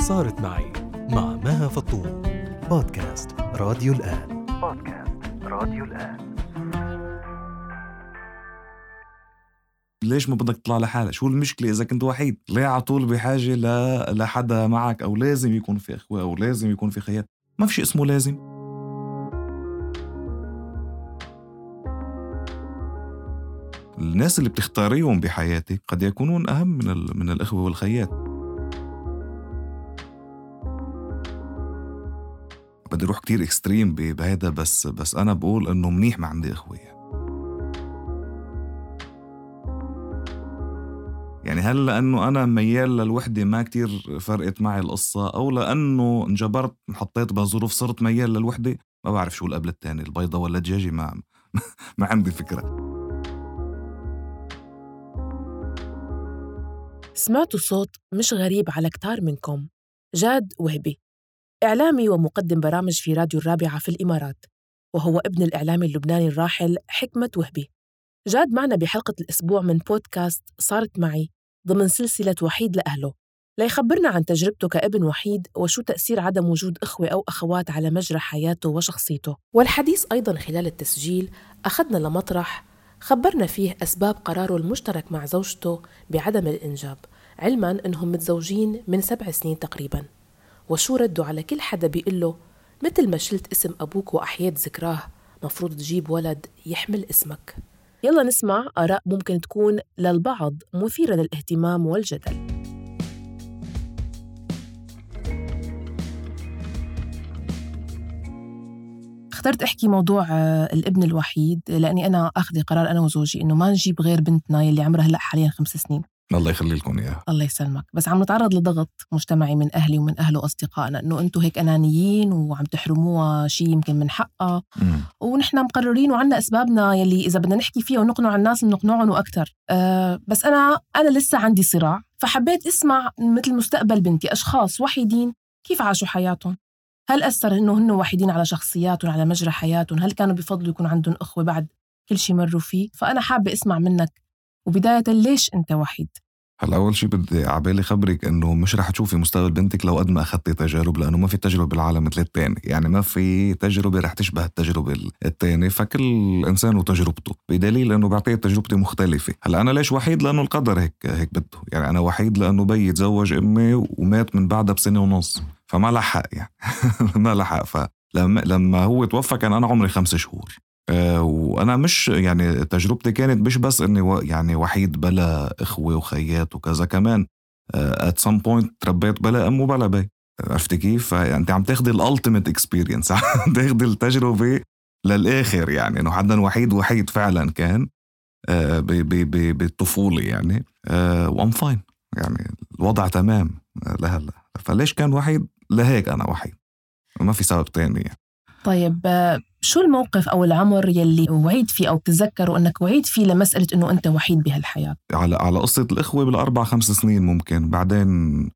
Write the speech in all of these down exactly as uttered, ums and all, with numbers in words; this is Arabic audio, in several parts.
صارت معي مع مها فطوم. بودكاست راديو الآن. بودكاست راديو الآن. ليش ما بدك تطلع لحالك؟ شو المشكلة إذا كنت وحيد؟ ليه على طول بحاجة ل... لحدا معك، أو لازم يكون في أخوة، أو لازم يكون في خيار؟ ما في شيء اسمه لازم. الناس اللي بتختاريهم بحياتك قد يكونون أهم من, ال... من الأخوة والخيات. بدي أروح كتير إكستريم بهذا، بس بس أنا بقول إنه منيح ما عندي أخوة. يعني هل لأنه أنا ميال للوحدة ما كتير فرقت معي القصة، أو لأنه انجبرت محطيت بظروف صرت ميال للوحدة؟ ما بعرف شو القبل التاني، البيضة ولا الدجاجة، ما ما عندي فكرة. سمعتوا صوت مش غريب على كتار منكم. جاد وهبي إعلامي ومقدم برامج في راديو الرابعة في الإمارات، وهو ابن الإعلامي اللبناني الراحل حكمة وهبي. جاد معنا بحلقة الأسبوع من بودكاست صارت معي ضمن سلسلة وحيد لأهله، ليخبرنا عن تجربته كابن وحيد وشو تأثير عدم وجود أخوة أو أخوات على مجرى حياته وشخصيته. والحديث أيضاً خلال التسجيل أخذنا لمطرح خبرنا فيه أسباب قراره المشترك مع زوجته بعدم الإنجاب، علماً أنهم متزوجين من سبع سنين تقريباً، وشو ردوا على كل حدا بيقول له مثل ما شلت اسم أبوك وأحييت ذكراه مفروض تجيب ولد يحمل اسمك. يلا نسمع آراء ممكن تكون للبعض مثيرة للاهتمام والجدل. اخترت أحكي موضوع الابن الوحيد لأني أنا أخذ قرار أنا وزوجي إنه ما نجيب غير بنتنا يلي عمرها هلأ حاليا خمس سنين. الله يخلي لكم إياه. الله يسلمك. بس عم نتعرض لضغط مجتمعي من أهلي ومن أهله وأصدقائنا إنه أنتوا هيك أنانيين وعم تحرموها شيء يمكن من حقها، ونحن مقررين وعنا أسبابنا يلي إذا بدنا نحكي فيها ونقنع الناس نقنعهم وأكتر. أه بس أنا أنا لسه عندي صراع، فحبيت أسمع مثل مستقبل بنتي أشخاص وحيدين كيف عاشوا حياتهم. هل أثر إنه هن وحيدين على شخصياتهم على مجرى حياتهم؟ هل كانوا بفضلوا يكون عندهم أخوة بعد كل شيء مروا فيه؟ فأنا حابة أسمع منك، وبداية ليش أنت وحيد؟ هلا أول شيء بدي عبالي خبرك إنه مش رح تشوفي مستقبل بنتك لو قد ما أخذتي تجارب، لأنه ما في تجربة بالعالم مثل التاني. يعني ما في تجربة رح تشبه التجربة التاني، فكل إنسان وتجربته، بدليل إنه بعطيه تجربتي مختلفة. هلا أنا ليش وحيد؟ لأنه القدر هيك هيك بده. يعني أنا وحيد لأنه بي تزوج أمي ومات من بعدها بسنة ونص، فما لحق يعني ما لحق. فلما لما هو توفى كان أنا عمري خمس شهور. أه وأنا مش يعني تجربتي كانت مش بس إني و يعني وحيد بلا إخوة وخيات وكذا، كمان أه at some point تربيت بلا أم وبلا بي. عرفتي كيف؟ فأنت عم تاخدي الالتيميت اكسبيرينس، عم تاخدي التجربة للآخر. يعني إنه حدا وحيد وحيد فعلا كان أه بالطفولة يعني. أه وأم فاين، يعني الوضع تمام لهلا. فليش كان وحيد؟ لهيك أنا وحيد، ما في سبب تاني يعني. طيب شو الموقف أو العمر يلي وعيد فيه أو تتذكروا أنك وعيد فيه لمسألة أنه أنت وحيد بهالحياة؟ على على قصة الإخوة بالأربع خمس سنين ممكن، بعدين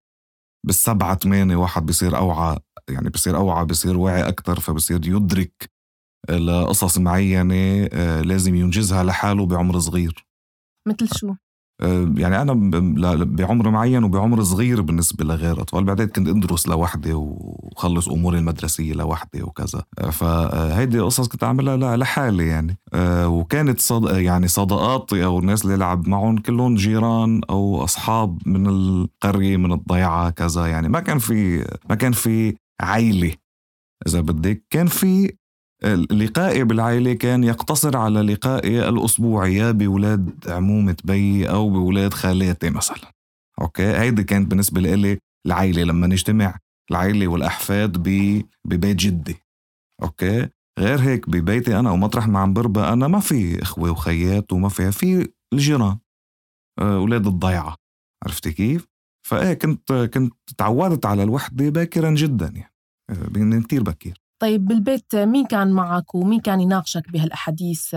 بالسبعة ثمانية واحد بيصير أوعى، يعني بيصير أوعى بيصير واعي أكتر، فبيصير يدرك لقصص معينة لازم ينجزها لحاله بعمر صغير. مثل شو؟ يعني أنا بعمر معين وبعمر صغير بالنسبة لغير أطفال. بعدين كنت أدرس لوحدي وخلص أموري المدرسية لوحدي وكذا، فهيدي قصص كنت أعملها لحالي يعني. وكانت صد... يعني صداقاتي أو الناس اللي لعب معهم كلهم جيران أو أصحاب من القرية من الضيعة كذا. يعني ما كان في ما كان في عائلة إذا بدك. كان في لقائي بالعائلة كان يقتصر على لقائي الأسبوعي يا بولاد عمومة بي أو بولاد خالاتي مثلا. أوكي، هيدي كانت بالنسبة لي العائلة لما نجتمع العائلة والأحفاد ببيت جدي. أوكي، غير هيك ببيتي أنا ومطرح ما عم بربى أنا ما في إخوة وخيات وما فيها في الجيران أولاد الضيعة. عرفتي كيف؟ فإيه كنت كنت تعودت على الوحدة باكرا جدا، يعني كتير بكير. طيب بالبيت مين كان معك ومين كان يناقشك بهالأحاديث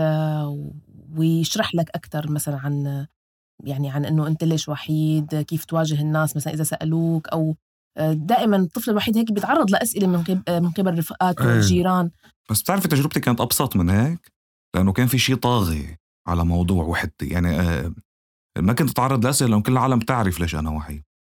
ويشرح لك أكتر مثلا عن يعني عن أنه أنت ليش وحيد، كيف تواجه الناس مثلا إذا سألوك، أو دائما الطفل الوحيد هيك بيتعرض لأسئلة من قبل من قبل رفقاته والجيران. بس بتعرفي تجربتي كانت أبسط من هيك، لأنه كان في شيء طاغي على موضوع وحدتي. يعني ما كنت أتعرض لأسئلة لأنه كل العالم تعرف ليش أنا وحيد.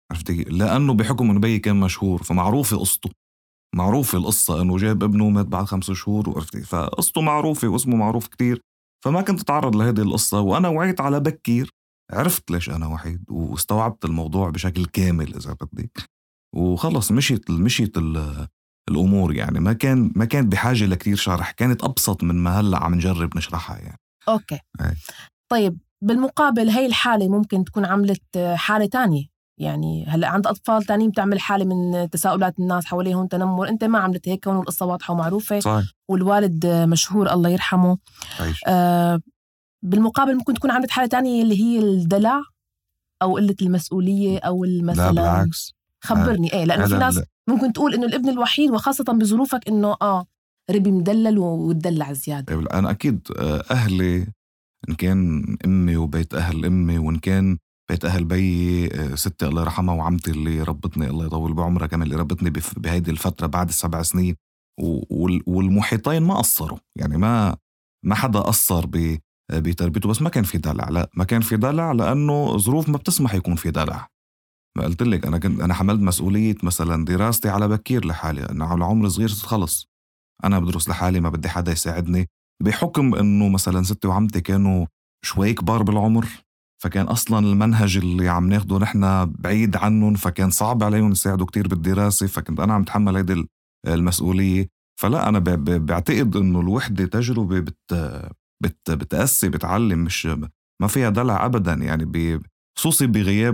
عرفتي؟ لأنه بحكم إنه بيي كان مشهور فمعروفة قصته، معروفة القصة إنه جاب ابنه مات بعد خمس شهور وعرفتي، فقصته معروفة واسمه معروف كتير، فما كنت أتعرض لهذه القصة. وأنا وعيت على بكير، عرفت ليش أنا وحيد واستوعبت الموضوع بشكل كامل إذا بدك، وخلص مشيت مشيت الأمور يعني. ما كان ما كانت بحاجة لكتير شرح، كانت أبسط من ما هلأ عم نجرب نشرحها يعني. أوكي هاي. طيب بالمقابل هاي الحالة ممكن تكون عملت حالة تانية، يعني هلأ عند أطفال تانيين بتعمل حالة من تساؤلات الناس حواليهم تنمر، أنت ما عملت هيك كون القصة واضحة ومعروفة. صحيح. والوالد مشهور الله يرحمه. آه بالمقابل ممكن تكون عملت حالة تانية اللي هي الدلع أو قلة المسؤولية أو المثلا. لا بالعكس، خبرني إيه، لأنه في ناس ال... ممكن تقول إنه الابن الوحيد وخاصة بظروفك إنه آه ربي مدلل وتدلع زيادة. أنا أكيد أهلي إن كان أمي وبيت أهل أمي، وإن كان بيت أهل بي ستي الله يرحمها وعمتي اللي ربتني الله يطول بعمرها كمان اللي ربتني بهيدي الفترة بعد السبع سنين، والمحيطين ما قصروا يعني، ما ما حدا قصر بتربيته، بس ما كان في دلع. لا ما كان في دلع لأنه ظروف ما بتسمح يكون في دلع. ما قلت لك أنا كنت أنا حملت مسؤولية مثلا دراستي على بكير لحالي، أنا على عمر صغير خلص أنا بدرس لحالي، ما بدي حدا يساعدني، بحكم إنه مثلا ستي وعمتي كانوا شوي كبار بالعمر، فكان أصلا المنهج اللي عم ناخده نحن بعيد عنهم، فكان صعب عليهم يساعدوا كتير بالدراسة، فكنت أنا عم تحمل هيدي المسؤولية. فلا أنا بعتقد إنه الوحدة تجربة بت بت بتأسي بتعلم، مش ما فيها دلع أبدا يعني، خصوصي بغياب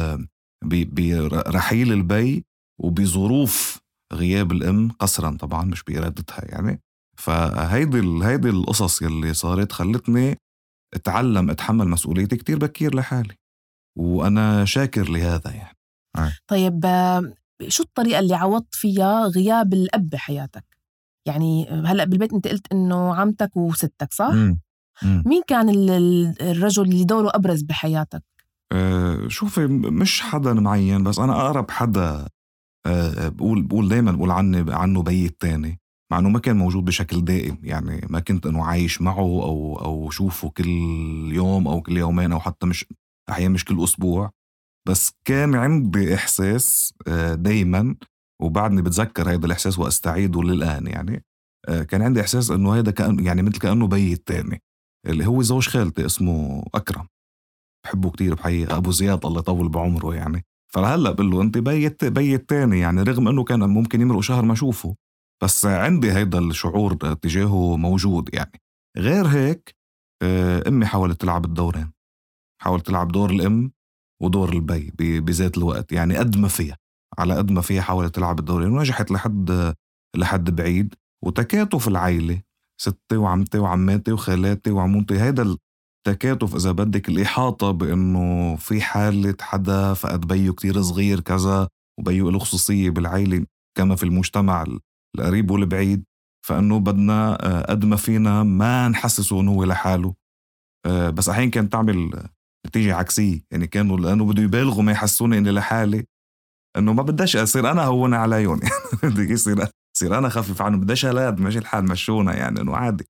برحيل البي وبظروف غياب الأم قسرا طبعا مش بإرادتها يعني. فهيدي هيدي القصص يلي صارت خلتني اتعلم اتحمل مسؤوليتي كتير بكير لحالي، وأنا شاكر لهذا يعني. طيب شو الطريقة اللي عوضت فيها غياب الأب بحياتك؟ يعني هلأ بالبيت أنت قلت إنه عمتك وستك صح؟ مم. مم. مين كان الرجل اللي دوره أبرز بحياتك؟ أه شوفي مش حدا معين، بس أنا أقرب حدا أه بقول بقول دايما بقول عنه عنه بيي التاني، مع إنه ما كان موجود بشكل دائم يعني، ما كنت إنه عايش معه أو أو شوفه كل يوم أو كل يومين أو حتى مش أحيانا مش كل أسبوع، بس كان عندي إحساس أه دايما، وبعدني بتذكر هذا الإحساس وأستعيده للآن يعني. أه كان عندي إحساس إنه هذا كأن يعني مثل كأنه بيي التاني اللي هو زوج خالتي اسمه أكرم، بحبه كتير بحقيقة، أبو زياد الله يطول بعمره يعني. فهلأ بقول له أنت بيت بيت تاني يعني، رغم أنه كان ممكن يمرق شهر ما أشوفه، بس عندي هيدا الشعور تجاهه موجود يعني. غير هيك أمي حاولت تلعب الدورين، حاولت تلعب دور الأم ودور البي بذات الوقت يعني، قد ما فيها على قد ما فيها حاولت تلعب الدورين، ونجحت لحد لحد بعيد. وتكاتف العائلة، ستي وعمتي وعماتي وخالاتي وعمومتي، هيدا تكاتف إذا بدك، الإحاطة بأنه في حالة حدا فقد بيو كتير صغير كذا، وبيو له خصوصية بالعائلة كما في المجتمع القريب والبعيد، فأنه بدنا قد ما فينا ما نحسسه أنه هو لحاله. بس أحيان كانت تعمل نتيجة عكسية يعني، كانوا لأنه بدو يبالغوا ما يحسوني إني لحالي، أنه ما بداش أصير أنا هون عليهم بدي يصير صير أنا خفيف عنه، بداش هلاد ماشي الحال مشونا يعني إنه عادي.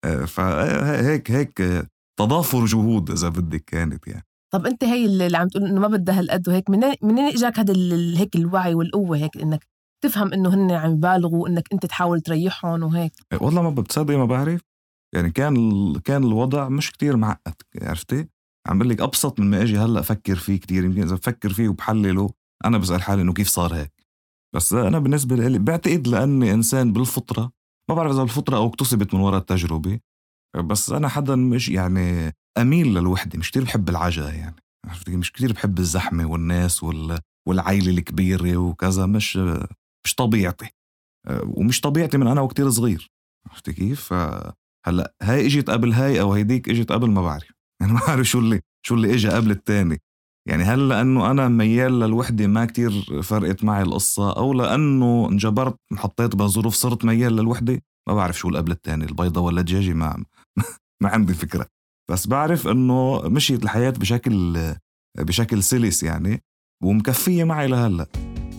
فهيك هيك تضافر جهود إذا بدك كانت يعني. طب أنت هاي اللي عم تقول إنه ما بدها هالقد وهيك، منين منين إجاك هذا هيك الوعي والقوة هيك إنك تفهم إنه هن عم يبالغوا، إنك أنت تحاول تريحهم وهيك؟ والله ما بتصدق ما بعرف يعني، كان كان الوضع مش كتير معقد عرفتي، عم بقول لك أبسط من ما أجي هلأ أفكر فيه كتير. يمكن إذا بفكر فيه وبحلله أنا بسأل حالي إنه كيف صار هيك. بس أنا بالنسبة لي بعتقد لأني إنسان بالفطرة، ما بعرف إذا بالفطرة أو اكتسبت من وراء التجربة، بس أنا حدا مش يعني أميل للوحدة، مش كتير بحب العجلة يعني عرفتي، مش كتير بحب الزحمة والناس وال والعائلة الكبيرة وكذا، مش مش طبيعتي، ومش طبيعتي من أنا وكتير صغير عرفتي كيف. هلا هاي اجت قبل هاي او هيديك اجت قبل، ما بعرف يعني، ما بعرف شو اللي شو اللي اجى قبل التاني يعني. هل لانه انا ميال للوحده ما كتير فرقت معي القصه، او لانه انجبرت انحطيت بظروف صرت ميال للوحده؟ ما بعرف شو اللي قبل التاني، البيضه ولا الدجاجه، ما ما عندي فكره. بس بعرف انه مشيت الحياه بشكل بشكل سلس يعني، ومكفيه معي لهلا.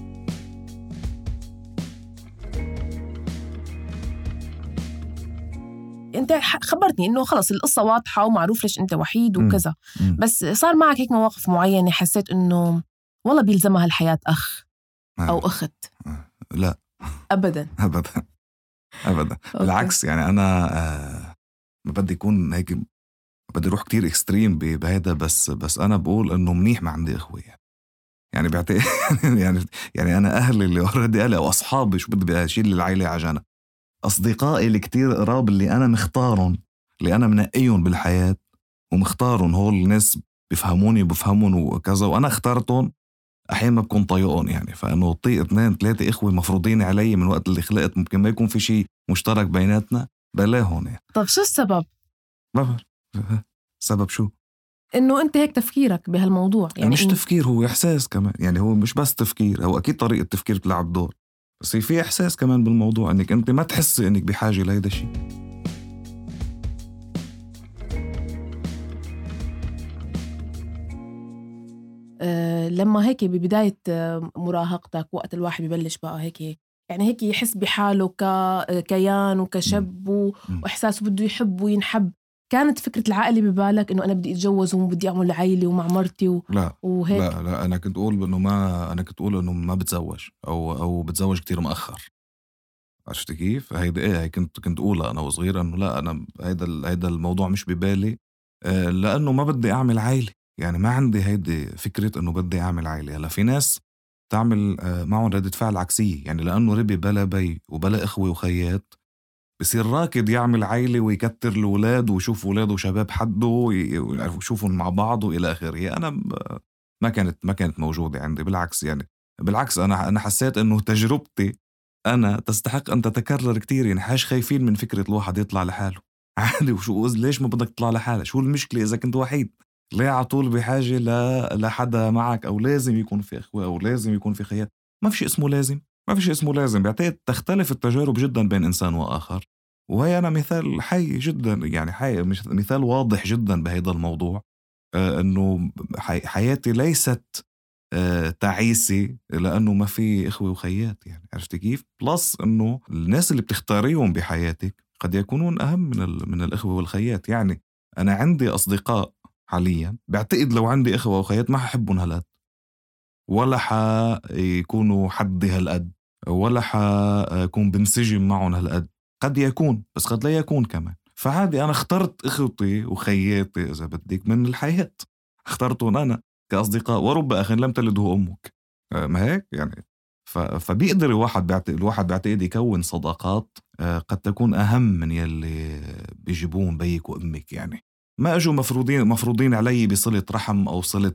انت خبرتني انه خلص القصة واضحة ومعروف ليش انت وحيد وكذا، بس صار معك هيك مواقف معينة حسيت انه والله بيلزمها الحياة أخ أو أخت؟ لا أبدا أبدا أبدا بالعكس. يعني أنا آه ما بدي يكون هيك، بدي أروح كتير إكستريم بهذا، بس بس أنا بقول إنه منيح ما عندي إخوة. يعني يعني بعتقد يعني يعني أنا أهلي اللي أوريدي أهلي أو أصحابي شو بدي أشيل العيلة عجانة، أصدقائي اللي كتير قراب اللي أنا مختارهم، اللي أنا منقيهم بالحياة ومختارهم، هول الناس بيفهموني وبفهمون وكذا، وأنا اخترتهم. أحيانا ما بكون طايقهم يعني، فإنه طيق اثنين ثلاثة إخوة مفروضين علي من وقت اللي خلقت، ممكن ما يكون في شيء مشترك بيناتنا بلاهون يعني. طب شو السبب؟ بفر سبب شو؟ إنه أنت هيك تفكيرك بهالموضوع يعني. مش إن... تفكير، هو إحساس كمان. يعني هو مش بس تفكير، هو أكيد طريقة تفكير بتلعب دور، بس في إحساس كمان بالموضوع إنك أنت ما تحس إنك بحاجة لهذا الشيء. أه لما هيك ببداية مراهقتك، وقت الواحد ببلش بقى هيك يعني هيك يحس بحاله ككيان وكشاب و... وإحساسه بده يحب وينحب، كانت فكرة العائلة ببالك إنه أنا بدي أتجوز وبدي أعمل عائلة ومع مرتي و... لا وهيك؟ لا لا أنا كنت أقول إنه ما أنا كنت أقول إنه ما بتزوج أو أو بتزوج كتير مؤخر. عرفت كيف؟ هيدا إيه هي كنت كنت أقولها أنا وصغير، إنه لا أنا هيدا هيدا الموضوع مش ببالي، آه لأنه ما بدي أعمل عائلة. يعني ما عندي هيدي فكرة إنه بدي أعمل عائلة. هلا في ناس تعمل آه معهم ردة فعل عكسية، يعني لأنه ربي بلا بي وبلا إخوة وخيات بصير راكد يعمل عائلة ويكتر الأولاد ويشوف أولاده وشباب حده ويشوفهم مع بعض وإلى آخره. أنا ما كانت ما كانت موجودة عندي، بالعكس. يعني بالعكس أنا أنا حسيت إنه تجربتي أنا تستحق أن تتكرر كتير. يعني حاش خايفين من فكرة الواحد يطلع لحاله عادي. وشو ليش ما بدك تطلع لحالك؟ شو المشكلة إذا كنت وحيد؟ ليه عطول بحاجة ل لحدا معك، أو لازم يكون في إخوة، أو لازم يكون في خيات؟ ما في شيء اسمه لازم، ما في شيء اسمه لازم. بعتقد تختلف التجارب جدا بين إنسان وآخر، وهي أنا مثال حي جدا، يعني حي مثال واضح جدا بهذا الموضوع. آه إنه حي حياتي ليست آه تعيسة لأنه ما في إخوة وخيات. يعني عرفت كيف؟ بلس إنه الناس اللي بتختاريهم بحياتك قد يكونون أهم من ال من الإخوة والخيات. يعني أنا عندي أصدقاء حاليا بعتقد لو عندي إخوة وخيات ما ححبهم هالقد، ولا حيكونوا حدي هالقد، ولا حكون بنسجم معهم هالقد. قد يكون بس قد لا يكون كمان. فعادي أنا اخترت إخوتي وخياتي إذا بدك من الحياة، اخترتهم أنا كأصدقاء. ورب أخ لم تلده أمك، ما هيك يعني. فبيقدر الواحد بعتقد الواحد بعتقد يكون صداقات قد تكون أهم من يلي بيجيبون بيك وأمك. يعني ما أجوا مفروضين مفروضين علي بصلة رحم أو صلة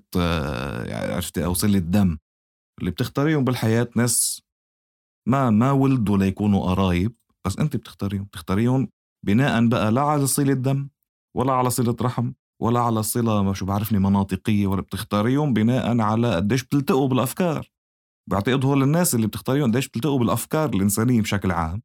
عرفتي أو صلة دم. اللي بتختاريهم بالحياة ناس ما ما ولدوا ليكونوا قرايب، بس أنت بتختاريهم بتختاريهم بناء بقى لا على صلة دم ولا على صلة رحم ولا على صلة ما شو بعرفني مناطقية، ولا بتختاريهم بناء على قديش بتلتقوا بالأفكار. بعتقد هول الناس اللي بتختاريهم قديش بتلتقوا بالأفكار الإنسانية بشكل عام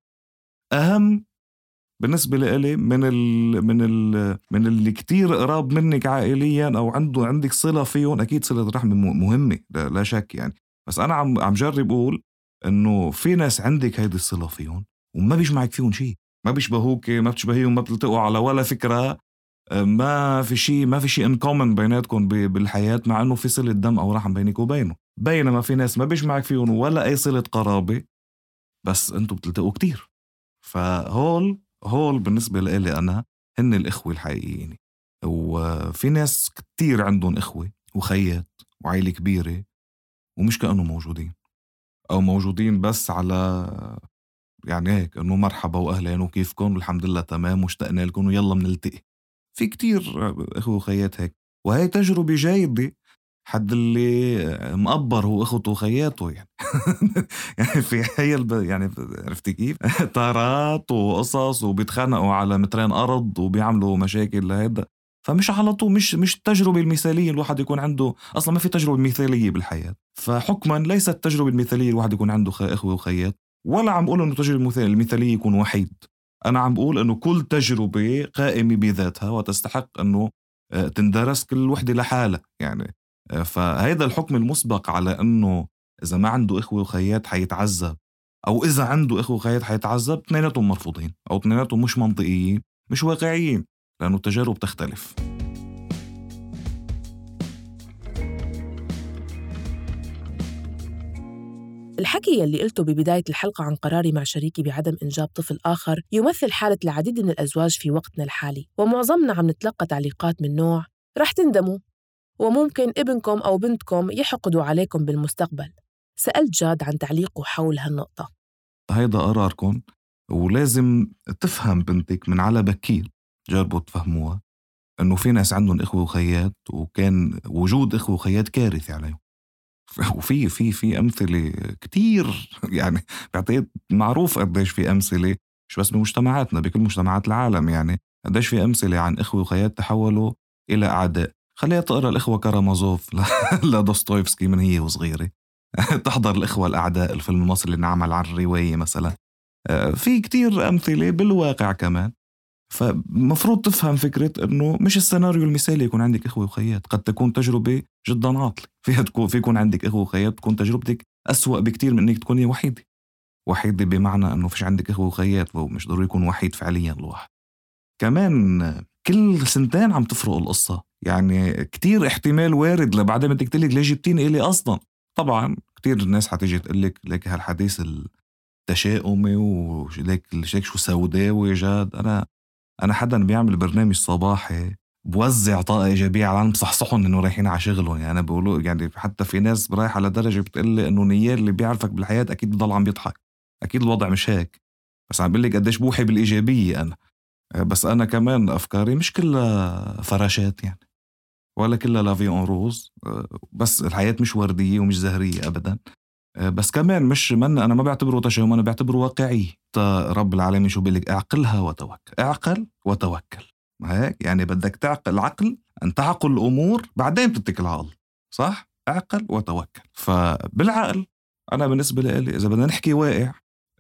أهم بالنسبة لي من ال من ال من اللي كتير قراب منك عائليا أو عنده عندك صلة فيهم. أكيد صلة الرحم مهمة لا شك يعني، بس أنا عم عم جرب أقول إنه في ناس عندك هيدي الصلة فيهم وما بيجمعك فيهم شيء، ما بيشبهوك، ما بتشبهيهم، ما بتلتقوا على ولا فكرة، ما في شيء ما في شيء إن كومن بيناتكم بالحياة، مع إنه في صلة دم أو رحم بينك وبينه. بينما في ناس ما بيجمعك فيهم ولا أي صلة قرابة، بس أنتوا بتلتقوا كتير. فهول هول بالنسبة لي أنا هن الإخوة الحقيقيين. وفي ناس كتير عندهم إخوة وخيات وعائلة كبيرة ومش كأنه موجودين، أو موجودين بس على يعني هيك إنه مرحبا وأهلين وكيفكم والحمد لله تمام واشتقنا لكم ويلا منلتقي. في كتير إخوة وخيات هيك، وهي تجربة جيدة. حد اللي مقبر هو إخوته وخياته يعني يعني في هي الب... يعني عرفتي كيف طارات وقصص وبيتخانقوا على مترين أرض وبيعملوا مشاكل لهذا. فمش على طول مش مش التجربة المثالية الواحد يكون عنده، أصلا ما في تجربة مثالية بالحياة. فحكما ليست التجربة المثالية الواحد يكون عنده إخوة وخيات، ولا عم أقول إنه التجربة المثالية يكون وحيد. أنا عم بقول إنه كل تجربة قائمة بذاتها وتستحق إنه تندرس كل وحدة لحالها يعني. فهذا الحكم المسبق على أنه إذا ما عنده إخوة وخيات حيتعذب، أو إذا عنده إخوة وخيات حيتعذب، اثنيناتهم مرفوضين أو اثنيناتهم مش منطقيين مش واقعيين، لأنه التجارب تختلف. الحكي يلي قلته ببداية الحلقة عن قراري مع شريكي بعدم إنجاب طفل آخر يمثل حالة العديد من الأزواج في وقتنا الحالي، ومعظمنا عم نتلقى تعليقات من نوع رح تندموا وممكن ابنكم أو بنتكم يحقدوا عليكم بالمستقبل. سألت جاد عن تعليقه حول هالنقطة. هيدا قراركم ولازم تفهم بنتك من على بكير، جربوا تفهموها إنه في ناس عندهم إخوة وخيات وكان وجود إخوة وخيات كارثة عليهم. وفي في في أمثلة كتير يعني بعتقد معروف قديش في أمثلة مش بس بمجتمعاتنا بكل مجتمعات العالم، يعني قديش في أمثلة عن إخوة وخيات تحولوا إلى أعداء. خليها تقرأ الإخوة كارامازوف لدوستويفسكي من هي وصغيرة، تحضر الإخوة الأعداء الفيلم المصري اللي نعمل عن الرواية مثلا. في كتير أمثلة بالواقع كمان. فمفروض تفهم فكرة أنه مش السيناريو المثالي يكون عندك إخوة وخيات، قد تكون تجربة جدا عاطلة. فيها تكون في يكون عندك إخوة وخيات تكون تجربتك أسوأ بكتير من أنك تكوني وحيدة. وحيدة بمعنى أنه فيش عندك إخوة وخيات ومش ضروري يكون وحيد فعليا الواحد. كمان كل سنتين عم تفرق القصة، يعني كتير احتمال وارد لبعدين بدك تقلك ليه جبتيني إلي أصلا. طبعا كتير الناس حتيجي تقلك لك هالحديث التشاؤمي وليك شيك شو سوداوي. جاد أنا أنا حدا بيعمل برنامج صباحي بوزع طاقة إيجابية على العالم، بصحصحهم إنه رايحين على شغلهم. يعني أنا بقوله يعني حتى في ناس رايحة على درجة بتقلي إنه نيال اللي بيعرفك بالحياة أكيد بضل عم بيضحك. أكيد الوضع مش هيك، بس عم بقلك قديش بوحي بالإيجابية أنا. بس أنا كمان أفكاري مش كلها فراشات يعني، ولا كلها لافي أون روز. بس الحياة مش وردية ومش زهرية أبدا. بس كمان مش من أنا ما بعتبره تشاؤم، أنا بعتبره واقعي. رب العالمين شو بيقولك اعقلها وتوكل، اعقل وتوكل. هيك يعني بدك تعقل العقل أن تعقل الأمور بعدين بتتكل على الله، صح؟ اعقل وتوكل. فبالعقل أنا بالنسبة لي إذا بدنا نحكي واقع،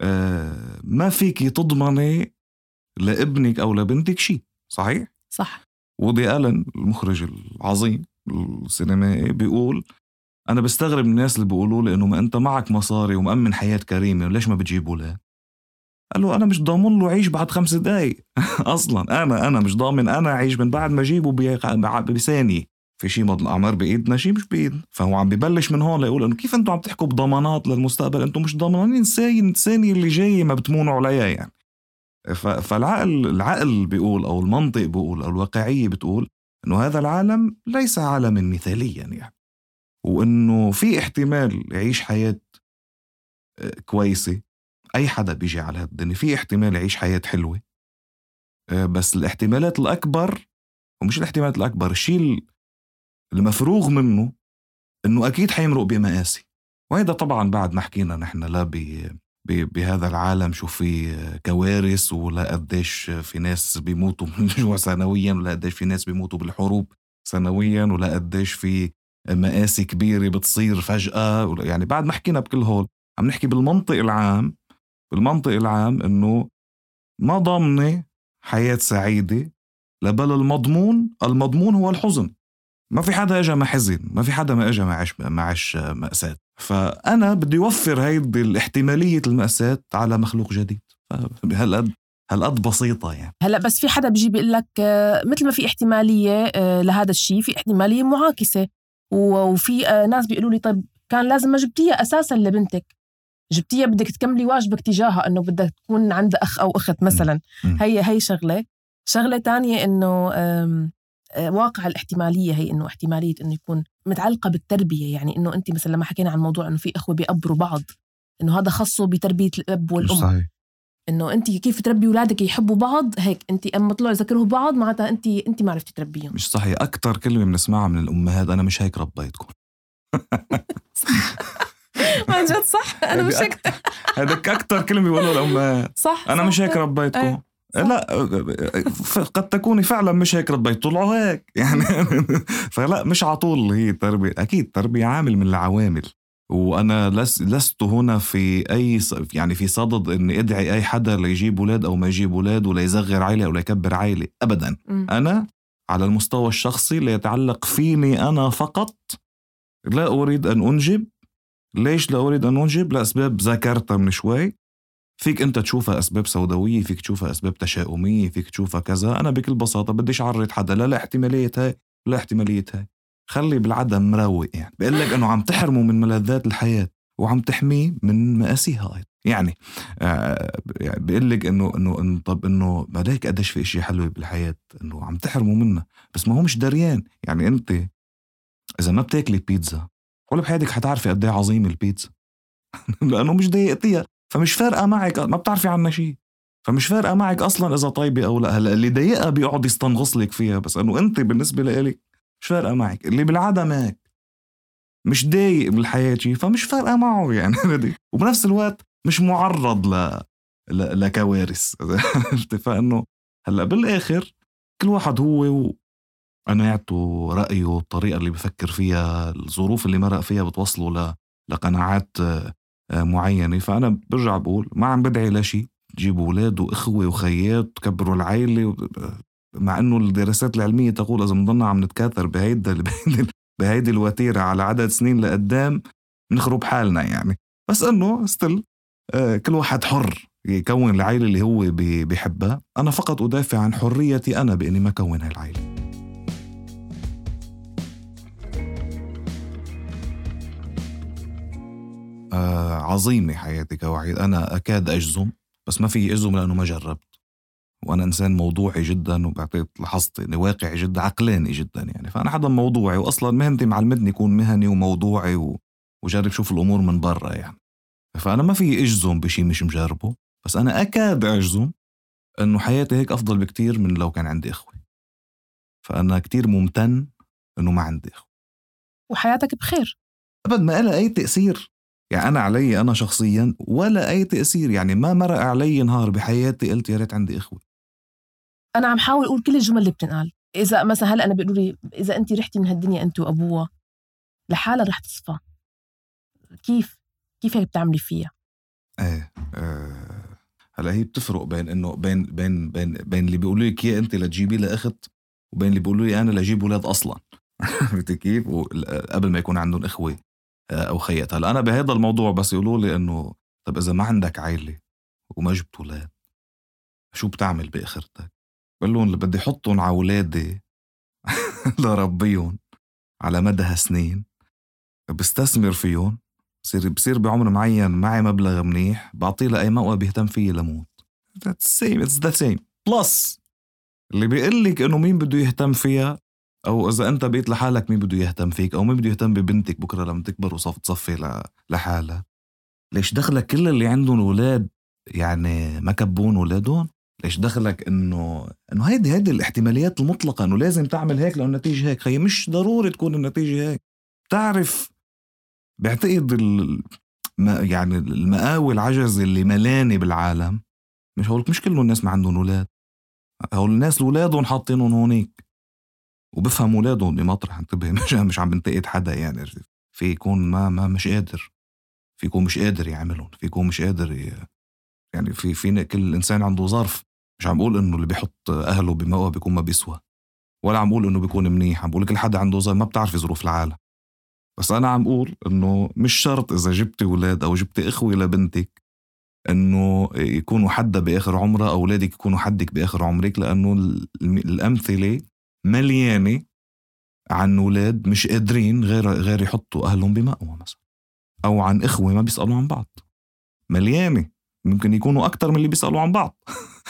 آه ما فيك تضمني لابنك أو لبنتك شيء، صحيح؟ صح. وودي ألن المخرج العظيم السينمائي بيقول أنا بستغرب الناس اللي بيقولوا لي إنه ما أنت معك مصاري ومأمن حياة كريمة وليش ما بتجيبوا له؟ قال له أنا مش ضامن له عيش بعد خمس دقايق أصلا. أنا أنا مش ضامن أنا عيش من بعد ما أجيبه بثانية. في شيء مضل الأعمار بإيدنا، شيء مش بإيدنا. فهو عم ببلش من هون ليقول إنه كيف أنتوا عم تحكوا بضمانات للمستقبل؟ أنتوا مش ضامنين ساين ثانية اللي جاي ما بتمونوا عليها يعني. فالعقل العقل بيقول أو المنطق بيقول أو الواقعية بتقول إنه هذا العالم ليس عالما مثاليا يعني، وإنه في احتمال يعيش حياة كويسة. أي حدا بيجي على هالدنيا في احتمال يعيش حياة حلوة، بس الاحتمالات الأكبر ومش الاحتمالات الأكبر الشيء المفروغ منه إنه أكيد حيمرق بمآسي. وهذا طبعا بعد ما حكينا نحن لا ب بهذا العالم شو في كوارث ولا قديش في ناس بيموتوا من الجوع سنويا، ولا قديش في ناس بيموتوا بالحروب سنويا، ولا قديش في مآسي كبيرة بتصير فجأة. يعني بعد ما حكينا بكل هول عم نحكي بالمنطق العام. بالمنطق العام إنه ما ضمني حياة سعيدة، لبل المضمون المضمون هو الحزن. ما في حدا اجى ما حزن، ما في حدا ما اجى ما عاش ما عاش مأساة. فأنا بدي أوفر هيدي الاحتمالية المأساة على مخلوق جديد. هالقد هالقد بسيطة يعني. هلا بس في حدا بيجي بيقول لك مثل ما في احتمالية لهذا الشيء في احتمالية معاكسة، وفي ناس بيقولوا لي طيب كان لازم ما جبتيها أساسا لبنتك، جبتيها بدك تكملي واجبك تجاهها إنه بدك تكون عند أخ أو أخت مثلا. هي هي شغلة شغلة تانية إنه واقع الاحتمالية هي إنه احتمالية إنه يكون متعلقة بالتربية. يعني إنه أنت مثلا لما حكينا عن موضوع إنه في أخوة بيقبروا بعض، إنه هذا خاصه بتربية الأب والأم. صحيح. إنه أنت كيف تربي أولادك يحبوا بعض هيك، أنت أما طلعوا يذكروا بعض معناتها أنت أنت ما عرفتي تربيهم. مش صحيح. أكتر كلمة بنسمعها من الأمهات أنا مش هيك ربيتكم. ما جد صح. أنا مش هيك. هذاك أكتر كلمة بيقولوا الأمهات. صح. أنا صح. مش هيك ربيتكم. أه. لا قد تكوني فعلا مش هيك ربيت طلعوا هيك يعني. فلا مش عطول هي تربية. أكيد تربية عامل من العوامل، وأنا لس لست هنا في أي يعني في صدد إني أدعي أي حدا ليجيب أولاد أو ما يجيب أولاد ولا يصغر عائلة أو لا يكبر عائلة أبدا. م. أنا على المستوى الشخصي لا يتعلق فيني أنا فقط. لا أريد أن أنجب. ليش لا أريد أن أنجب؟ لأسباب ذكرتها من شوي. فيك أنت تشوفها أسباب سوداوية، فيك تشوفها أسباب تشاؤمية، فيك تشوفها كذا. أنا بكل بساطة بديش عرض حدا لا لا احتمالية هاي لا احتمالية هاي. خلي بالعدم مروق يعني. بقول لك أنه عم تحرموا من ملذات الحياة وعم تحميه من مآسيها. يعني آه بيقول لك إنه إنه إنه طب إنه بدك قديش في إشي حلو بالحياة إنه عم تحرمه منه، بس ما هو مش دريان. يعني أنت إذا ما بتاكلي بيتزا ولا بحياتك حتعرفي قد إيه عظيم البيتزا لأنه مش ضايقتيها، فمش فارقة معك، ما بتعرفي عنها شيء، فمش فارقة معك أصلا إذا طيبة أو لا. هلا اللي ضايقها بيقعد يستنغص لك فيها، بس إنه أنت بالنسبة لإلك مش فارقة معك. اللي بالعادة معك مش ضايق بالحياة شيء، فمش فارقة معه يعني وبنفس الوقت مش معرض ل... ل... لكوارث. فإنه هلا بالآخر كل واحد هو وقناعته ورأيه، الطريقة اللي بفكر فيها، الظروف اللي مرق فيها بتوصله ل... لقناعات معينة. فأنا برجع بقول ما عم بدعي لشي تجيبوا أولاد وإخوة وخيات تكبروا العائلة، مع أنه الدراسات العلمية تقول إذا مضلنا عم نتكاثر بهيدا بهيدي الوتيرة على عدد سنين لقدام نخرب حالنا يعني. بس أنه ستيل كل واحد حر يكون العائلة اللي هو بيحبها. أنا فقط أدافع عن حريتي أنا بإني ما كون هاي العائلة. آه عظيمة حياتي كوحيد. أنا أكاد أجزم، بس ما في أجزم لأنه ما جربت، وأنا إنسان موضوعي جدا، وبعطيت لاحظت إني واقعي جدا، عقلاني جدا يعني. فأنا حدا موضوعي، وأصلا مهنتي معلمتني يكون مهني وموضوعي و... وجرب شوف الأمور من برا يعني. فأنا ما في أجزم بشي مش مجربه، بس أنا أكاد أجزم إنه حياتي هيك أفضل بكتير من لو كان عندي إخوة. فأنا كتير ممتن إنه ما عندي إخوة، وحياتك بخير أبد ما لها أي تأثير. يعني أنا علي أنا شخصيا ولا أي تأثير، يعني ما مرق علي نهار بحياتي قلت يا ريت عندي إخوة. أنا عم حاول أقول كل الجمل اللي بتنقال. إذا مثلا هلأ أنا بيقولوا لي إذا أنت رحتي من هالدنيا أنت وأبوها لحالها رح تصفى، كيف كيف هيك بتعملي فيها؟ ايه آه. هلا هي بتفرق بين انه بين بين بين بين اللي بيقولوا لك يا انت لتجيبي لي اخت، وبين اللي بيقولوا لي انا لجيب اولاد اصلا. كيف قبل ما يكون عندهم اخوه او خيات. هلا انا بهذا الموضوع بس يقولوا لي انه طب اذا ما عندك عائله وما جبت اولاد شو بتعمل باخرتك؟ بقول لهم اللي بدي احطهم على اولادي لربيهم على مدى هالسنين، بستثمر فيهم، بصير بصير بعمر معين معي مبلغ منيح، بعطيه لأي موقع بيهتم فيه لموت. That's same, it's the same. Plus اللي بيقلك إنه مين بده يهتم فيها، أو إذا أنت بقيت لحالك مين بده يهتم فيك، أو مين بده يهتم ببنتك بكرة لما تكبر وصف تصفي لحالها. ليش دخلك كل اللي عندهم أولاد يعني ما كبون أولادهم؟ ليش دخلك إنه إنه هيدي هيدي الاحتماليات المطلقة إنه لازم تعمل هيك لأن النتيجة هيك؟ خي مش ضروري تكون النتيجة هيك. تعرف بعتقد ال... ما يعني المقاوي العجز اللي ملاني بالعالم، مش هقولك مش كل الناس ما عندهم أولاد، هقول الناس لولادهم حاطينهم هونيك وبفهم أولادهم بمطرح. انتبه مش مش عم بنتقد حدا يعني. في يكون ما ما مش قادر، في يكون مش قادر يعملهم، في يكون مش قادر ي... يعني في في كل إنسان عنده ظرف. مش عم بقول إنه اللي بيحط أهله بموقع بيكون ما بيسوى، ولا عم بقول إنه بيكون منيح. عم بقول كل حدا عنده ظرف، ما بتعرفي ظروف العالم. بس أنا عم بقول إنه مش شرط إذا جبتي أولاد أو جبتي إخوة لبنتك إنه يكونوا حدا بآخر عمره، أو أولادك يكونوا حدك بآخر عمرك، لأنه الأمثلة مليانة عن أولاد مش قادرين غير غير يحطوا أهلهم بمأوى مثلا، أو عن إخوة ما بيسألوا عن بعض. مليانة، ممكن يكونوا أكتر من اللي بيسألوا عن بعض.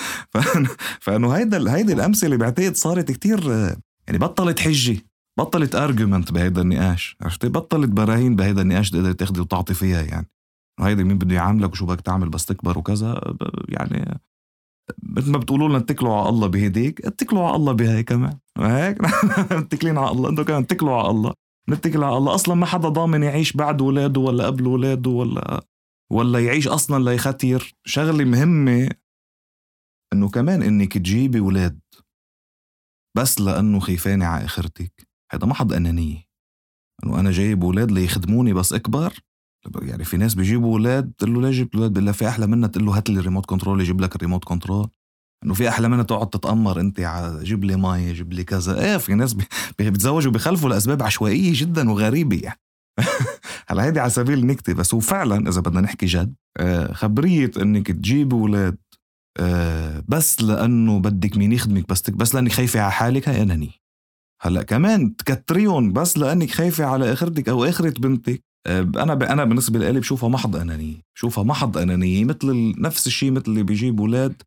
فإنه هيدا هيدا الأمثلة بعتقد صارت كتير يعني بطلت حجة، بطلت أرجومنت بهيدا النقاش، عرفتي؟ بطلت براهين بهيدا النقاش تقدر تاخدي وتعطي فيها يعني. وهيدا مين بده يعاملك وشو بدك تعمل بس تكبر وكذا يعني. مثل ما بتقولوا لنا اتكلوا على الله بهديك، اتكلوا على الله بهاي كمان. هيك متكلين على الله، انتوا كمان اتكلوا على الله. نتكل على الله. اصلا ما حدا ضامن يعيش بعد ولاده ولا قبل ولاده ولا ولا يعيش اصلا ليختير. شغله مهمه انه كمان انك تجيبي ولاد بس لانه خيفاني على اخرتك، هذا محض انانيه. انه انا جايب ولاد ليخدموني بس اكبر. يعني في ناس بيجيبوا ولاد تقول له ليش جبت ولاد؟ بالله في احلى منها تقول له هات لي الريموت كنترول يجيب لك الريموت كنترول. انه في احلى منها تقعد تتامر انت على جيب لي ماي جيب لي كذا. ايه في ناس بيتزوجوا بيخلفوا لاسباب عشوائيه جدا وغريبه يعني. هلا هيدي على سبيل النكته، بس هو فعلا اذا بدنا نحكي جد خبريه انك تجيب ولاد بس لانه بدك مين يخدمك، بس بس لانك خايفه على حالك، هي انانيه. هلا كمان تكتريهم بس لانك خايفه على اخرتك او اخره بنتك، أنا ب... أنا بالنسبة لي بشوفها محض أنانية، بشوفها محض أنانية، مثل ال... نفس الشيء مثل اللي بيجيب أولاد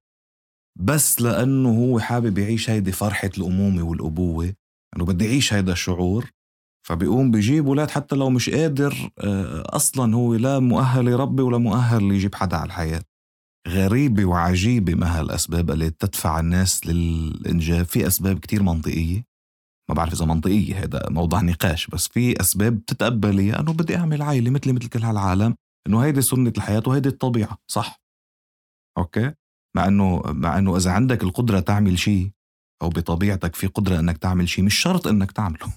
بس لأنه هو حابب يعيش هيدي فرحة الأمومة والأبوة، أنه بدي يعيش هيدا الشعور، فبيقوم بيجيب أولاد حتى لو مش قادر أصلا هو لا مؤهل يربي ولا مؤهل يجيب حدا على الحياة. غريبة وعجيبة ما هالأسباب اللي تدفع الناس للإنجاب. في أسباب كتير منطقية، ما بعرف إذا منطقية هذا موضوع نقاش، بس في أسباب تتقبليها أنه بدي أعمل عائلة مثلي مثل كل هالعالم، أنه هيدي سنة الحياة وهيدي الطبيعة، صح؟ أوكي؟ مع أنه مع أنه إذا عندك القدرة تعمل شيء أو بطبيعتك في قدرة أنك تعمل شيء مش شرط أنك تعمله.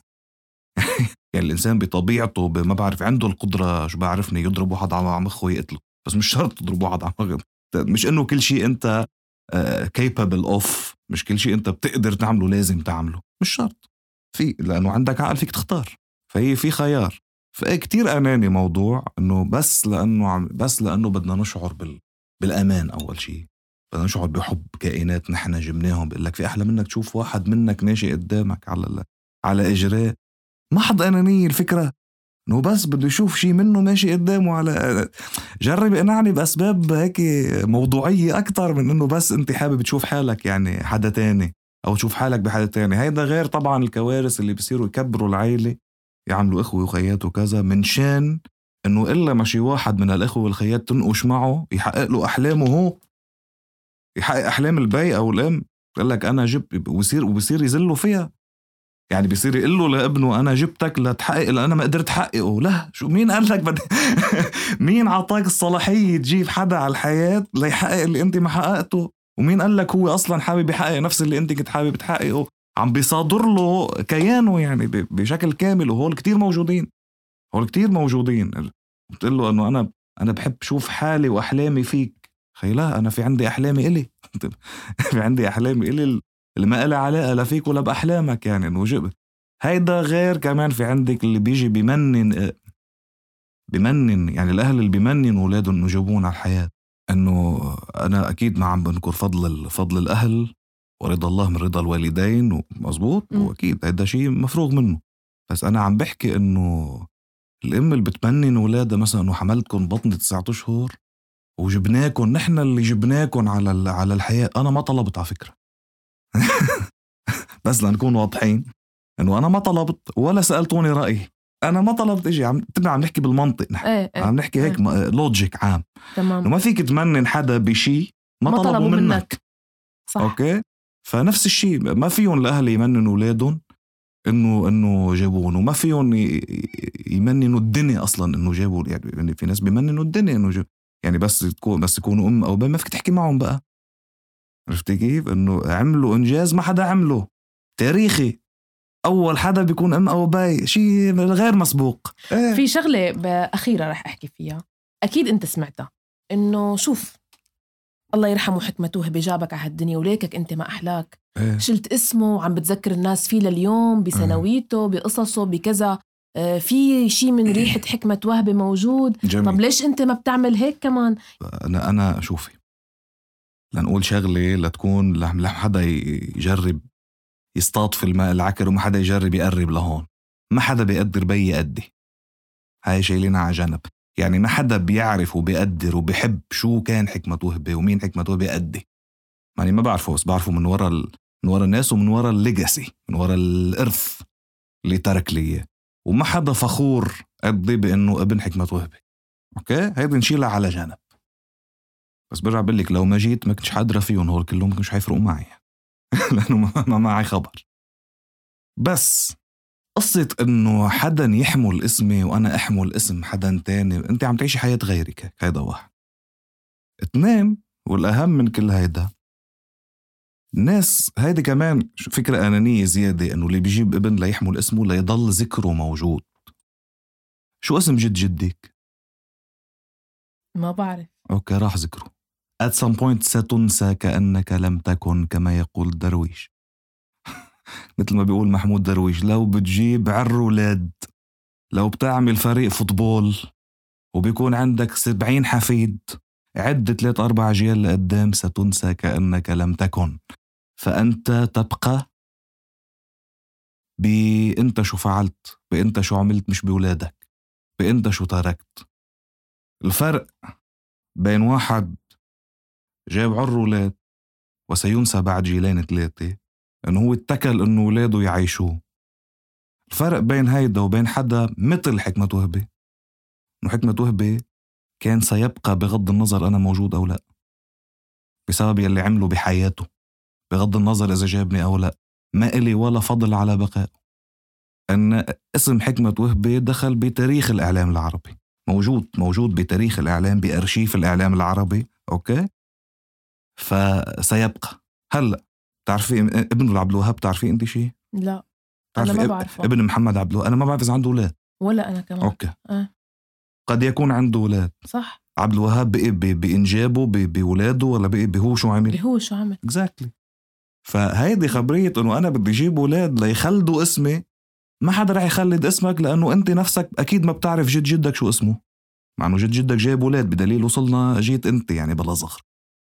يعني الإنسان بطبيعته ما بعرف عنده القدرة شو بعرفني يضرب واحد على مخه ويقتله، بس مش شرط تضرب واحد على مخه. مش إنه كل شيء أنت capable of، مش كل شيء أنت بتقدر تعمله لازم تعمله، مش شرط. في لأنه عندك عقل فيك تختار، فهي في خيار. فكتير أناني موضوع إنه بس لأنه بس لأنه بدنا نشعر بال بالأمان. أول شيء بدنا نشعر بحب كائنات نحن جبناهم. بقول لك في أحلى منك تشوف واحد منك ماشي قدامك على على إجراء. محض أنانية الفكرة، إنه بس بده يشوف شيء منه ماشي قدامه على. جرب اقنعني بأسباب هيك موضوعية أكتر من إنه بس أنت حابب تشوف حالك يعني حدا تاني أو تشوف حالك بحدا تاني. هيدا غير طبعا الكوارث اللي بيصيروا يكبروا العائلة، يعملوا إخوة وخيات وكذا، من شان إنه إلا ما شي واحد من الإخوة والخيات تنقش معه يحقق له أحلامه، هو يحقق أحلام البي أو الأم. قال لك أنا جب ويصير وبيصير يزلوا فيها. يعني بيصير يقول له لابنه أنا جبتك لتحقق اللي أنا ما قدرت حققه. لا، شو مين قال لك بدي مين عطاك الصلاحية تجيب حدا على الحياة ليحقق اللي أنت ما حققته؟ ومين قال لك هو أصلا حابب يحقق نفس اللي أنت كنت حابب تحققه؟ عم بيصادر له كيانه يعني بشكل كامل. وهول كتير موجودين، هول كتير موجودين. بتقول له أنه أنا أنا بحب شوف حالي وأحلامي فيك. خي لا، أنا في عندي أحلامي إلي في عندي أحلامي إلي اللي ما إلها علاقة لا فيك ولا بأحلامك. يعني إنه هيدا غير. كمان في عندك اللي بيجي بيمنن بيمنن يعني الأهل اللي بيمنن أولادهم إنه جابون على الحياة. إنه أنا أكيد ما عم بنكر فضل فضل الأهل ورضا الله من رضا الوالدين، ومزبوط وأكيد هيدا شيء مفروغ منه. بس أنا عم بحكي إنه الأم اللي بتمنن أولادها مثلا إنه حملتكم بطني تسعة أشهر وجبناكم، نحن اللي جبناكم على على الحياة. أنا ما طلبت على فكرة بس لنكون واضحين انه انا ما طلبت ولا سالتوني رايي. انا ما طلبت اجي. عم عم نحكي بالمنطق نحن. ايه ايه عم نحكي هيك ايه. لوجيك عام. تمام. ما فيك تمنن حدا بشيء ما, ما طلبوا منك, منك. صح. اوكي. فنفس الشيء ما فيهم الاهل يمننوا اولادهم انه انه جابون، وما فيهم يمننوا الدنيا اصلا انه جابوا. يعني في ناس بيمننوا الدنيا انه جابوا. يعني بس تكون بس يكونوا ام او اب ما فيك تحكي معهم بقى. عرفتي كيف؟ انه عملوا انجاز ما حدا عمله تاريخي. اول حدا بيكون ام او باي، شيء غير مسبوق. ايه. في شغله باخيره رح احكي فيها، اكيد انت سمعتها، انه شوف الله يرحمه حكمته بجابك على هالدنيا وليكك انت ما احلاك. ايه. شلت اسمه وعم بتذكر الناس فيه لليوم بسنويته بقصصه بكذا. اه في شيء من ريحه حكمة وهبة موجود. جميل. طب ليش انت ما بتعمل هيك كمان؟ انا انا شوفي لنقول شغله لتكون لما حدا يجرب يصطاد في الماء العكر وما حدا يجرب يقرب لهون. ما حدا بيقدر بي قدي، هاي شايلينها على جنب. يعني ما حدا بيعرف وبيقدر وبيحب شو كان حكمة وهبة ومين حكمة وهبة قدي. يعني ما بعرفه، بس بعرفه من وراء ال... من وراء الناس ومن وراء الليجاسي، من وراء الإرث اللي ترك لي. وما حدا فخور قدي بأنه ابن حكمة وهبة. أوكي، هيدا نشيلها على جنب. بس برجع بقولك لو ما جيت ما كنتش حادرة فيهم هول كلهم، ما كنتش حيفرقوا معي لأنه ما معي خبر. بس قصة إنه حدا يحمل اسمي وأنا أحمل اسم حدا تاني، أنت عم تعيشي حياة غيرك. هيدا واحد. اثنين، والأهم من كل هيدا، الناس هيدا كمان فكرة أنانية زيادة، إنه اللي بيجيب ابن لا يحمل اسمه لا يضل ذكره موجود. شو اسم جد جدك؟ ما بعرف. أوكي، راح ذكره at some point ستنسى كأنك لم تكن، كما يقول درويش. مثل ما بيقول محمود درويش، لو بتجيب عالرولاد، لو بتعمل فريق فوتبول وبيكون عندك سبعين حفيد، عد ثلاث أربع أجيال لقدام ستنسى كأنك لم تكن. فأنت تبقى بأنت شو فعلت، بأنت شو عملت، مش بولادك. بأنت شو تركت. الفرق بين واحد جاب عر ولاد وسينسى بعد جيلين ثلاثة أنه هو اتكل أنه ولاده يعيشوه. الفرق بين هيدا وبين حدا مثل حكمة وهبي أنه حكمة وهبي كان سيبقى بغض النظر أنا موجود أو لا، بسبب يلي عمله بحياته، بغض النظر إذا جابني أو لا، ما إلي ولا فضل على بقائه. أن اسم حكمة وهبي دخل بتاريخ الإعلام العربي، موجود موجود بتاريخ الإعلام، بأرشيف الإعلام العربي. أوكي، فسيبقى. هلأ تعرفي ابن عبد الوهاب؟ تعرفي أنت شيء؟ لا أنا ما بعرفه. ابن محمد عبد الوهاب أنا ما بعرف إذا عنده أولاد ولا أنا كمان. أوكي أه. قد يكون عنده أولاد. صح. عبد الوهاب بقي بإنجابه بولاده ولا بقي بهو شو عمل؟ بهو شو عمل exactly. فهيدي خبرية إنه أنا بدي جيب أولاد ليخلدوا اسمي. ما حدا رح يخلد اسمك لأنه أنت نفسك أكيد ما بتعرف جد جدك شو اسمه، مع أنه جد جدك جايب أولاد، بدليل وصلنا جيت أنت يعني بلا زغر.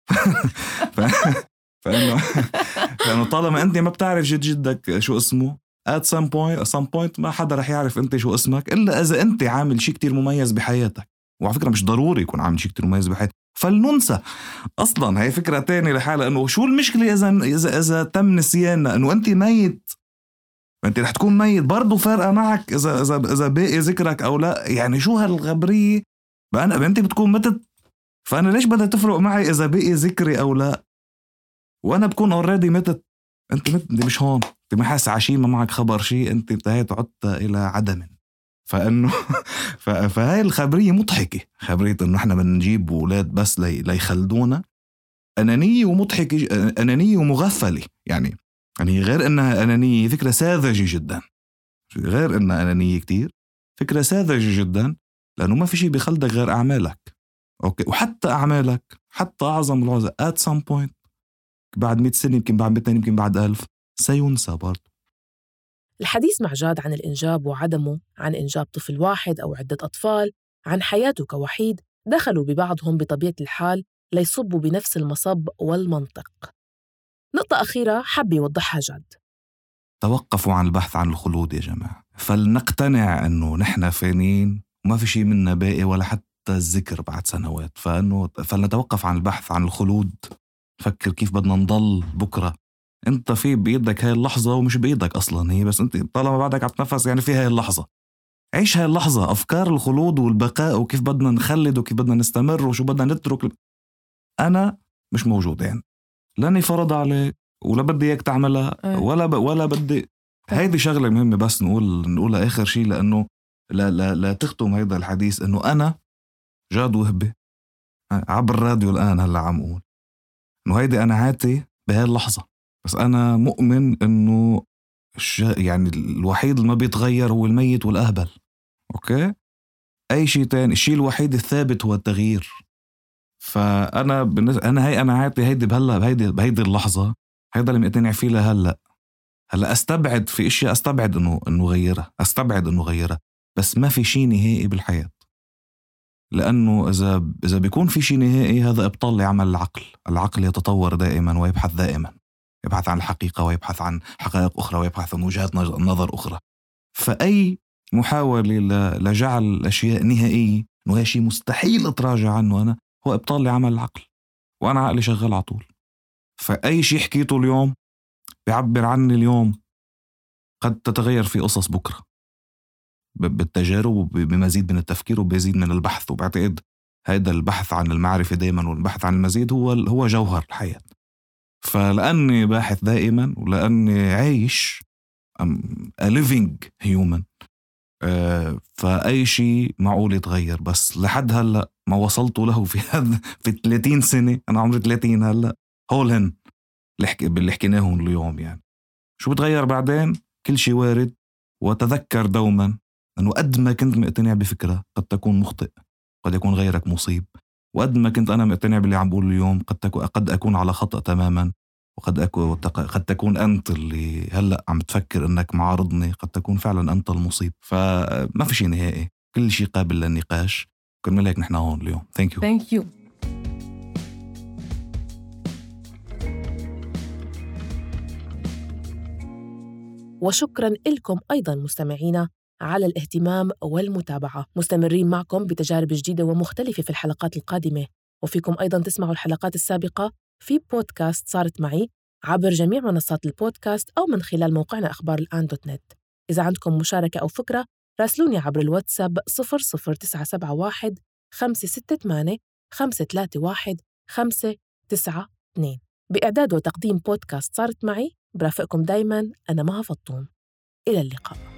ف... فإنه لأنه طالما أنت ما بتعرف جد جدك شو اسمه at some point, some point ما حدا رح يعرف أنت شو اسمك إلا إذا أنت عامل شيء كتير مميز بحياتك. وعلى فكرة مش ضروري يكون عامل شيء كتير مميز بحياتك، فلننسى أصلاً. هاي فكرة تانية لحالة، إنه شو المشكلة إذا إذا إذا تم نسياننا إنه أنت ميت، أنت رح تكون ميت برضو، فارقة معك إذا إذا إذا باقي ذكرك أو لا. يعني شو هالغبرية بقى؟ أنا أنت بتكون متت، فأنا ليش بدها تفرق معي إذا باقي ذكري أو لا؟ وأنا بكون already متت. أنت مت، أنت مش هون، أنت ما حاس عشي ما معك خبر شيء، أنت انتهيت عدت إلى عدم. فإنه فهاي الخبرية مضحكة، خبرية إنه إحنا بنجيب أولاد بس لي ليخلدونا. أنانية ومضحكة، أنانية ومغفلة. يعني يعني غير إنها أنانية، فكرة ساذجة جدا. غير إنها أنانية كتير، فكرة ساذجة جدا، لأنه ما في شيء بيخلدك غير أعمالك. أوكي، وحتى أعمالك، حتى أعظم العظة at some point بعد مئة سنة، يمكن بعد مئتين، يمكن بعد ألف، سينسى برضه. الحديث مع جاد عن الإنجاب وعدمه، عن إنجاب طفل واحد أو عدة أطفال، عن حياته كوحيد، دخلوا ببعضهم بطبيعة الحال ليصبوا بنفس المصب والمنطق. نقطة أخيرة حب يوضحها جاد: توقفوا عن البحث عن الخلود يا جماعة، فلنقتنع أنه نحن فانين وما في شيء منا باقي ولا حتى الذكر بعد سنوات. فأنه فلنتوقف عن البحث عن الخلود، فكر كيف بدنا نضل بكرة. انت في بإيدك هاي اللحظة ومش بإيدك أصلا هي، بس انت طالما بعدك عتنفس يعني في هاي اللحظة، عيش هاي اللحظة. أفكار الخلود والبقاء وكيف بدنا نخلد وكيف بدنا نستمر وشو بدنا نترك، أنا مش موجود. يعني لاني فرض عليك ولا بدي اياك تعملها ولا ب... ولا بدي. هيدي شغلة مهمة بس نقول نقولها آخر شيء، لأنه لا لا لا تختم هيدا الحديث إنه أنا جاد وهبي عبر الراديو الآن هلا عم أقول إنه هيدي أنا عاتي بهاي اللحظة. بس أنا مؤمن إنه الش... يعني الوحيد اللي ما بيتغير هو الميت والأهبل. أوكي، أي شيء تاني، الشيء الوحيد الثابت هو التغيير. فأنا بالنسبة أنا هاي أنا عاتي هيدي بهلا بهيدي بهيدي اللحظة، هيدا اللي مقتنع فيه لهلا. هلا أستبعد في إشياء، أستبعد إنه إنه غيرها، أستبعد إنه غيرها، بس ما في شيء نهائي بالحياة. لأنه إذا إذا بيكون في شيء نهائي هذا إبطال لعمل العقل. العقل يتطور دائما ويبحث دائما، يبحث عن الحقيقة ويبحث عن حقائق أخرى ويبحث عن وجهات نظر أخرى. فأي محاولة لجعل الأشياء نهائية إنه هي شيء مستحيل أتراجع عنه أنا، هو إبطال لعمل العقل، وأنا عقلي شغال على طول. فأي شيء حكيته اليوم بيعبر عني اليوم، قد تتغير في قصص بكرة بالتجارب وبمزيد من التفكير وبمزيد من البحث. وبعتقد هذا البحث عن المعرفة دايما والبحث عن المزيد هو هو جوهر الحياة. فلأني باحث دائما ولأني عايش a living human، آه فأي شيء معقول يتغير. بس لحد هلأ ما وصلته له في هذا في ثلاثين سنة، أنا عمري ثلاثين هلأ، هولهن باللي حكيناهم اليوم. يعني شو بتغير بعدين؟ كل شيء وارد. وتذكر دوما أنه قد ما كنت مقتنع بفكرة قد تكون مخطئ، قد يكون غيرك مصيب. وقد ما كنت أنا مقتنع باللي عم بقوله اليوم قد تكون قد أكون على خطأ تماما. وقد أكون قد تكون أنت اللي هلأ عم تفكر أنك معارضني، قد تكون فعلا أنت المصيب. فما في شيء نهائي، كل شيء قابل للنقاش. كرمال هيك نحن هون اليوم. Thank you. Thank you. وشكراً لكم أيضاً مستمعينا على الاهتمام والمتابعة. مستمرين معكم بتجارب جديدة ومختلفة في الحلقات القادمة، وفيكم أيضاً تسمعوا الحلقات السابقة في بودكاست صارت معي عبر جميع منصات البودكاست أو من خلال موقعنا أخبار الآن دوت نت. إذا عندكم مشاركة أو فكرة راسلوني عبر الواتساب صفر صفر تسعة سبعة واحد خمسة ستة ثمانية خمسة ثلاثة واحد خمسة تسعة اثنين. بإعداد وتقديم بودكاست صارت معي برافقكم دايماً أنا مها فطوم. إلى اللقاء.